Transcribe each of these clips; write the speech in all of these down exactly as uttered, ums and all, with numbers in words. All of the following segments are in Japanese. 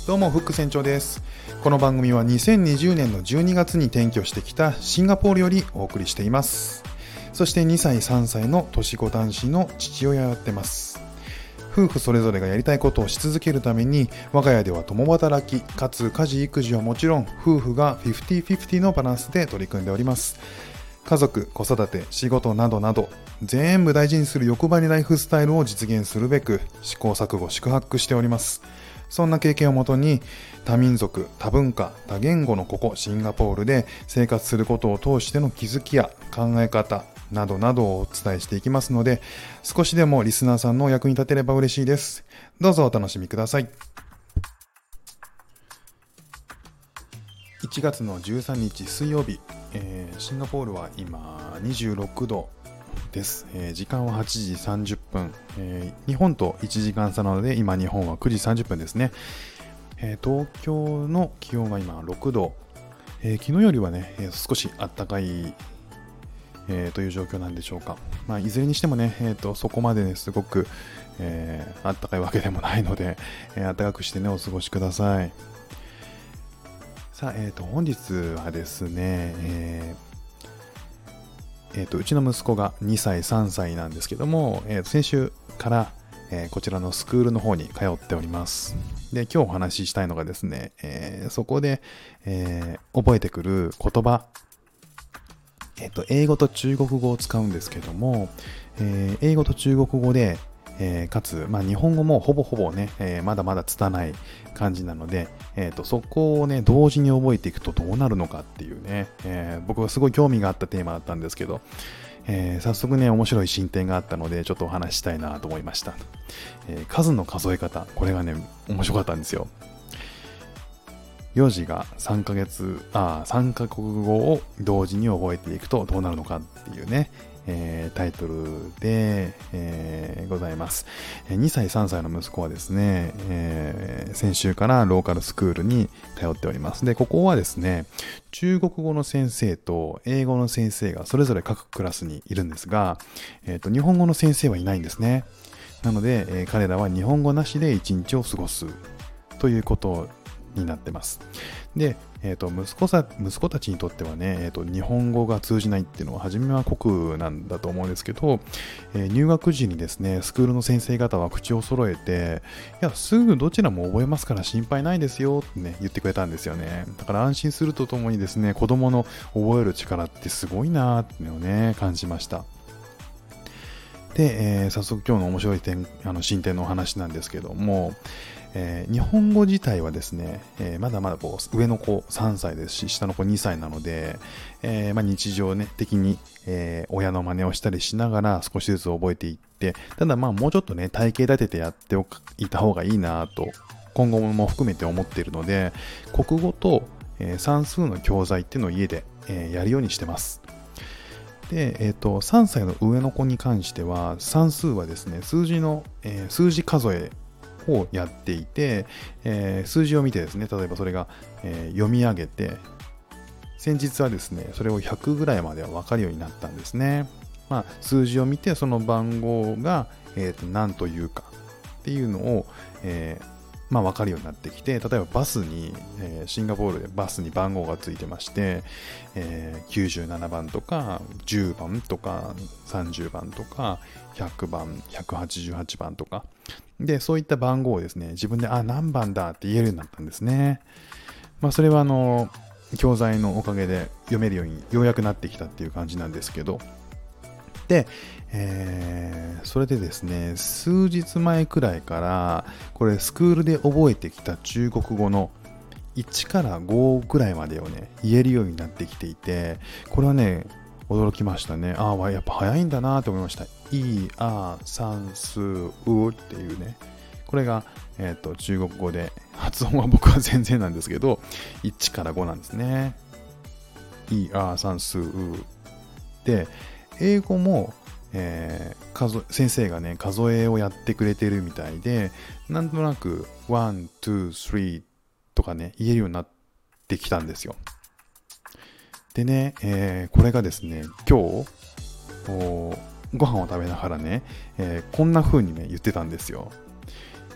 どうもフック船長です。この番組はにせんにじゅうねんのじゅうにがつに転居してきたシンガポールよりお送りしています。そしてにさいさんさいの年子男子の父親をやってます。夫婦それぞれがやりたいことをし続けるために、我が家では共働きかつ家事育児はもちろん夫婦がフィフティフィフティのバランスで取り組んでおります。家族、子育て、仕事などなど全部大事にする欲張りライフスタイルを実現するべく試行錯誤宿泊しております。そんな経験をもとに多民族、多文化、多言語のここシンガポールで生活することを通しての気づきや考え方などなどをお伝えしていきますので、少しでもリスナーさんのお役に立てれば嬉しいです。どうぞお楽しみください。いちがつのじゅうさんにち水曜日、えー、シンガポールは今にじゅうろくどです。えー、時間ははちじさんじゅっぷん、えー、日本といちじかん差なので今日本はくじさんじゅっぷんですね。えー、東京の気温は今ろくど、えー、昨日よりはね、えー、少し暖かい、えー、という状況なんでしょうか。まあ、いずれにしてもね、えー、とそこまで、ね、すごく、えー、暖かいわけでもないので、えー、暖かくしてねお過ごしください。さあ、えー、と本日はですね、えーえー、とうちの息子がにさいさんさいなんですけども、えー、と先週から、えー、こちらのスクールの方に通っております。で、今日お話ししたいのがですね、えー、そこで、えー、覚えてくる言葉、えー、と英語と中国語を使うんですけども、えー、英語と中国語でえー、かつ、まあ、日本語もほぼほぼね、えー、まだまだ拙い感じなので、えーと、そこをね同時に覚えていくとどうなるのかっていうね、えー、僕はすごい興味があったテーマだったんですけど、えー、早速ね面白い進展があったのでちょっとお話ししたいなと思いました。えー、数の数え方、これがね面白かったんですよ。幼児がさんかげつ、あさんカ国語を同時に覚えていくとどうなるのかっていうね、えー、タイトルで、えー、ございます。にさいさんさいの息子はですね、えー、先週からローカルスクールに通っております。で、ここはですね、中国語の先生と英語の先生がそれぞれ各クラスにいるんですが、えーと、日本語の先生はいないんですね。なので、えー、彼らは日本語なしで一日を過ごすということになってます。で、えーと、息子さ、息子たちにとってはね、えーと、日本語が通じないっていうのは初めは酷なんだと思うんですけど、えー、入学時にですね、スクールの先生方は口を揃えて、いや、すぐどちらも覚えますから心配ないですよってね、言ってくれたんですよね。だから安心するとともにですね、子供の覚える力ってすごいなーっていうのをね、感じました。で、えー、早速今日の面白い点、あの進展のお話なんですけども、えー、日本語自体はですね、えー、まだまだこう上の子さんさいですし、下の子にさいなので、えーまあ、日常、ね、的に、えー、親の真似をしたりしながら少しずつ覚えていって、ただまあもうちょっとね、体系立ててやっておいた方がいいなと、今後も含めて思っているので、国語と、えー、算数の教材っていうのを家で、えー、やるようにしてます。で、えーと、さんさいの上の子に関しては、算数はですね、数字の、えー、数字数えをやっていて、えー、数字を見てですね、例えばそれが、えー、読み上げて、先日はですね、それをひゃくぐらいまでは分かるようになったんですね。まあ、数字を見て、その番号が、えーと、何というかっていうのを、えーまあ、分かるようになってきて、例えばバスに、えー、シンガポールでバスに番号がついてまして、えー、きゅうじゅうななばんとかじゅうばんとかさんじゅうばんとかひゃくばん、ひゃくはちじゅうはちばんとかで、そういった番号をですね、自分であ何番だって言えるようになったんですね。まあ、それはあの教材のおかげで読めるようにようやくなってきたっていう感じなんですけど、で、えー、それでですね、数日前くらいからこれスクールで覚えてきた中国語のいちからごくらいまでをね言えるようになってきていて、これはね驚きましたね。ああ、やっぱ早いんだなと思いました。い、あ、算数、うっていうね、これが、えーと、中国語で、発音は僕は全然なんですけど、いちからごなんですね。い、あ、算数、うで、英語も、えー、数先生がね数えをやってくれてるみたいで、なんとなくワン、ツー、スリーとかね言えるようになってきたんですよ。でね、えー、これがですね、今日ご飯を食べながらね、えー、こんな風にね言ってたんですよ。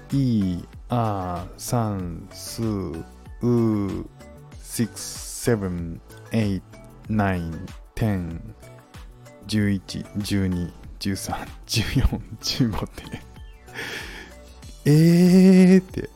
い、あ、さん、す、う、six, seven, eight, nine, ten, 11, 12, 13, 14, 15ってえーって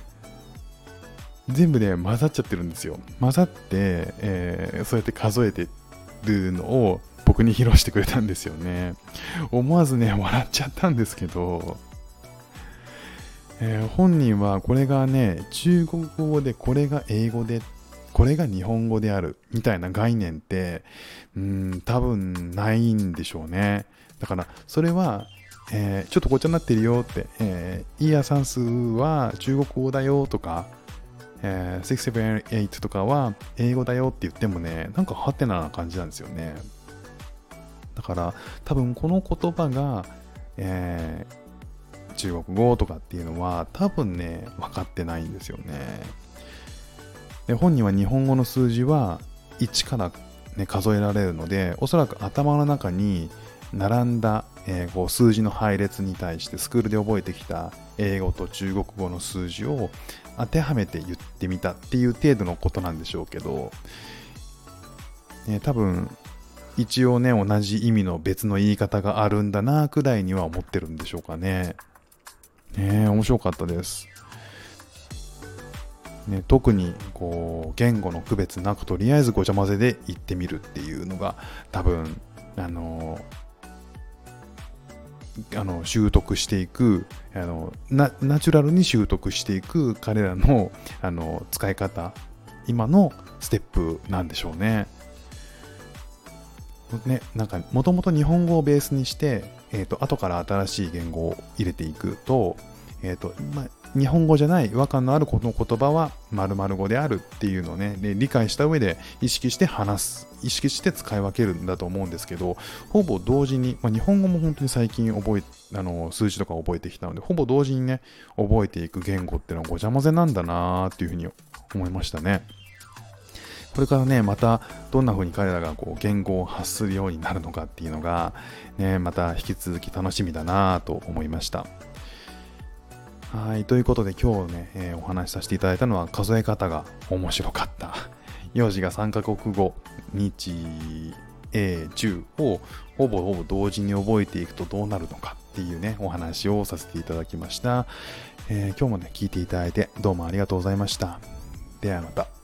全部ね混ざっちゃってるんですよ。混ざって、えー、そうやって数えてるのを僕に披露してくれたんですよね。思わずね笑っちゃったんですけど、えー、本人はこれがね中国語でこれが英語でこれが日本語であるみたいな概念ってうーん多分ないんでしょうね。だからそれは、えー、ちょっとごちゃになってるよって、えー、イヤ算数は中国語だよとか、えー、ろく、なな、はちとかは英語だよって言ってもねなんかハテナな感じなんですよね。だから多分この言葉が、えー、中国語とかっていうのは多分ね分かってないんですよね。で本人は日本語の数字はいちから、ね、数えられるのでおそらく頭の中に並んだ、えー、こう数字の配列に対してスクールで覚えてきた英語と中国語の数字を当てはめて言ってみたっていう程度のことなんでしょうけど、ね、多分一応ね同じ意味の別の言い方があるんだなくらいには思ってるんでしょうかね。ねえ面白かったです。ね、特にこう言語の区別なくとりあえずごちゃ混ぜで言ってみるっていうのが多分あのあの習得していくあの ナ, ナチュラルに習得していく彼らの、あの使い方今のステップなんでしょうね。ねなんかもともと日本語をベースにして、えーと、後から新しい言語を入れていくと、えーとまあ日本語じゃない違和感のあるこの言葉は〇〇語であるっていうのをねで理解した上で意識して話す意識して使い分けるんだと思うんですけど、ほぼ同時に、まあ、日本語も本当に最近覚えあの数字とか覚えてきたのでほぼ同時にね覚えていく言語っていうのはごちゃ混ぜなんだなーっていうふうに思いましたね。これからねまたどんな風に彼らがこう言語を発するようになるのかっていうのがねまた引き続き楽しみだなと思いました。はい、ということで今日ね、えー、お話しさせていただいたのは数え方が面白かった。幼児がさんカ国語、日、英、中をほぼほぼ同時に覚えていくとどうなるのかっていうね、お話をさせていただきました。えー、今日もね、聞いていただいてどうもありがとうございました。ではまた。